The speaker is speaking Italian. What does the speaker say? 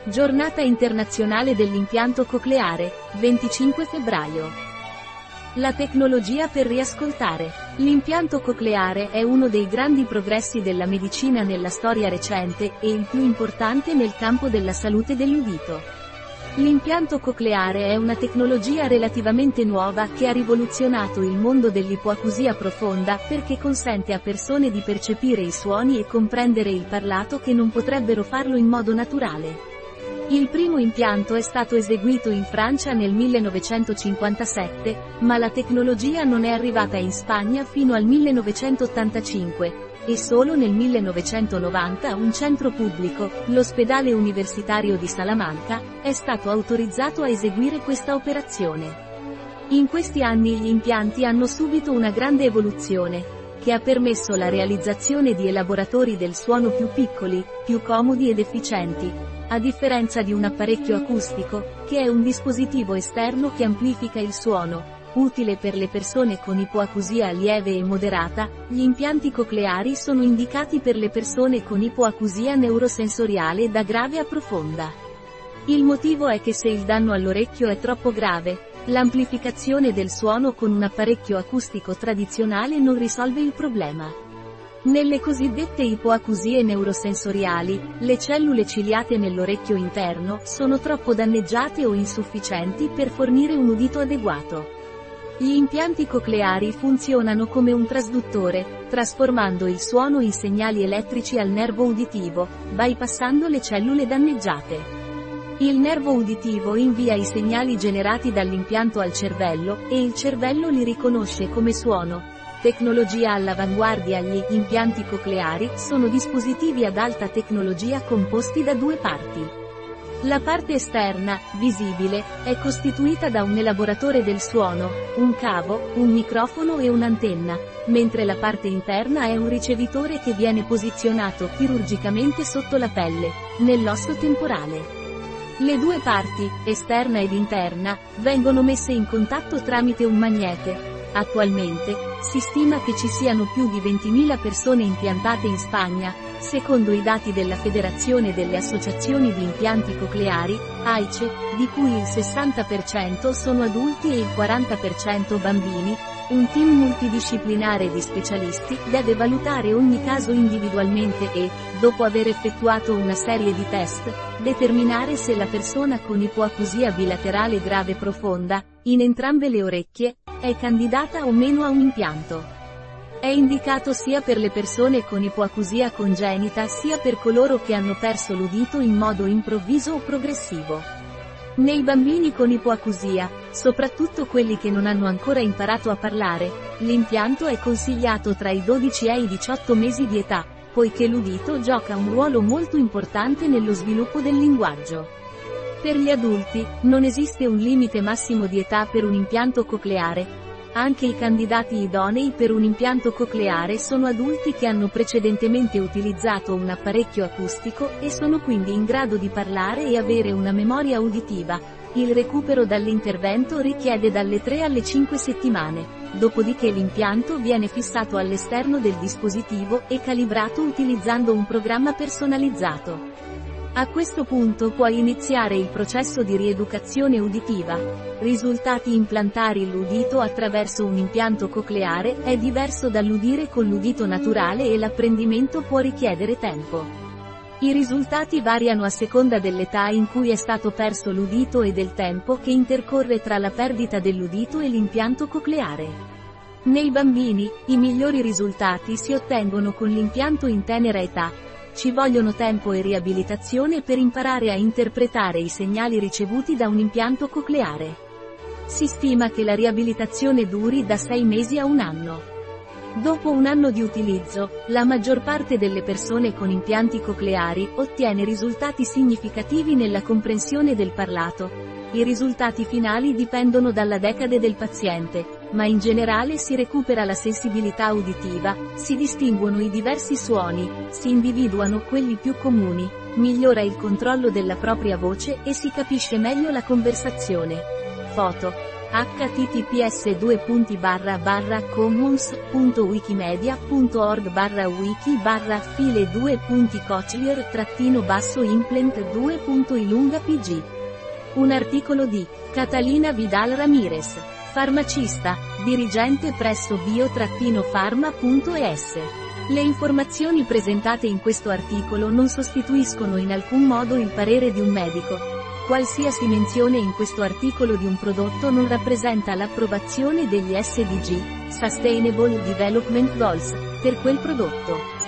Giornata internazionale dell'impianto cocleare, 25 febbraio. La tecnologia per riascoltare. L'impianto cocleare è uno dei grandi progressi della medicina nella storia recente, e il più importante nel campo della salute dell'udito. L'impianto cocleare è una tecnologia relativamente nuova che ha rivoluzionato il mondo dell'ipoacusia profonda perché consente a persone di percepire i suoni e comprendere il parlato che non potrebbero farlo in modo naturale. Il primo impianto è stato eseguito in Francia nel 1957, ma la tecnologia non è arrivata in Spagna fino al 1985, e solo nel 1990 un centro pubblico, l'Ospedale Universitario di Salamanca, è stato autorizzato a eseguire questa operazione. In questi anni gli impianti hanno subito una grande evoluzione, che ha permesso la realizzazione di elaboratori del suono più piccoli, più comodi ed efficienti, a differenza di un apparecchio acustico, che è un dispositivo esterno che amplifica il suono, utile per le persone con ipoacusia lieve e moderata. Gli impianti cocleari sono indicati per le persone con ipoacusia neurosensoriale da grave a profonda. Il motivo è che se il danno all'orecchio è troppo grave, l'amplificazione del suono con un apparecchio acustico tradizionale non risolve il problema. Nelle cosiddette ipoacusie neurosensoriali, le cellule ciliate nell'orecchio interno sono troppo danneggiate o insufficienti per fornire un udito adeguato. Gli impianti cocleari funzionano come un trasduttore, trasformando il suono in segnali elettrici al nervo uditivo, bypassando le cellule danneggiate. Il nervo uditivo invia i segnali generati dall'impianto al cervello, e il cervello li riconosce come suono. Tecnologia all'avanguardia. Gli impianti cocleari sono dispositivi ad alta tecnologia composti da due parti. La parte esterna, visibile, è costituita da un elaboratore del suono, un cavo, un microfono e un'antenna, mentre la parte interna è un ricevitore che viene posizionato chirurgicamente sotto la pelle, nell'osso temporale. Le due parti, esterna ed interna, vengono messe in contatto tramite un magnete. Attualmente, si stima che ci siano più di 20.000 persone impiantate in Spagna, secondo i dati della Federazione delle Associazioni di Impianti Cocleari, AICE, di cui il 60% sono adulti e il 40% bambini. Un team multidisciplinare di specialisti deve valutare ogni caso individualmente e, dopo aver effettuato una serie di test, determinare se la persona con ipoacusia bilaterale grave profonda, in entrambe le orecchie, è candidata o meno a un impianto. È indicato sia per le persone con ipoacusia congenita sia per coloro che hanno perso l'udito in modo improvviso o progressivo. Nei bambini con ipoacusia, soprattutto quelli che non hanno ancora imparato a parlare, l'impianto è consigliato tra i 12 e i 18 mesi di età, poiché l'udito gioca un ruolo molto importante nello sviluppo del linguaggio. Per gli adulti, non esiste un limite massimo di età per un impianto cocleare. Anche i candidati idonei per un impianto cocleare sono adulti che hanno precedentemente utilizzato un apparecchio acustico e sono quindi in grado di parlare e avere una memoria uditiva. Il recupero dall'intervento richiede dalle 3 alle 5 settimane, dopodiché l'impianto viene fissato all'esterno del dispositivo e calibrato utilizzando un programma personalizzato. A questo punto puoi iniziare il processo di rieducazione uditiva. Risultati implantari. L'udito attraverso un impianto cocleare è diverso dall'udire con l'udito naturale e l'apprendimento può richiedere tempo. I risultati variano a seconda dell'età in cui è stato perso l'udito e del tempo che intercorre tra la perdita dell'udito e l'impianto cocleare. Nei bambini, i migliori risultati si ottengono con l'impianto in tenera età. Ci vogliono tempo e riabilitazione per imparare a interpretare i segnali ricevuti da un impianto cocleare. Si stima che la riabilitazione duri da 6 mesi a un anno. Dopo un anno di utilizzo, la maggior parte delle persone con impianti cocleari ottiene risultati significativi nella comprensione del parlato. I risultati finali dipendono dalla decade del paziente, ma in generale si recupera la sensibilità uditiva, si distinguono i diversi suoni, si individuano quelli più comuni, migliora il controllo della propria voce e si capisce meglio la conversazione. Foto. https://commons.wikimedia.org/wiki/file2.cochlear-implant2.ilunga-pg. Un articolo di Catalina Vidal Ramirez, farmacista, dirigente presso bio-pharma.es. Le informazioni presentate in questo articolo non sostituiscono in alcun modo il parere di un medico. Qualsiasi menzione in questo articolo di un prodotto non rappresenta l'approvazione degli SDG, Sustainable Development Goals, per quel prodotto.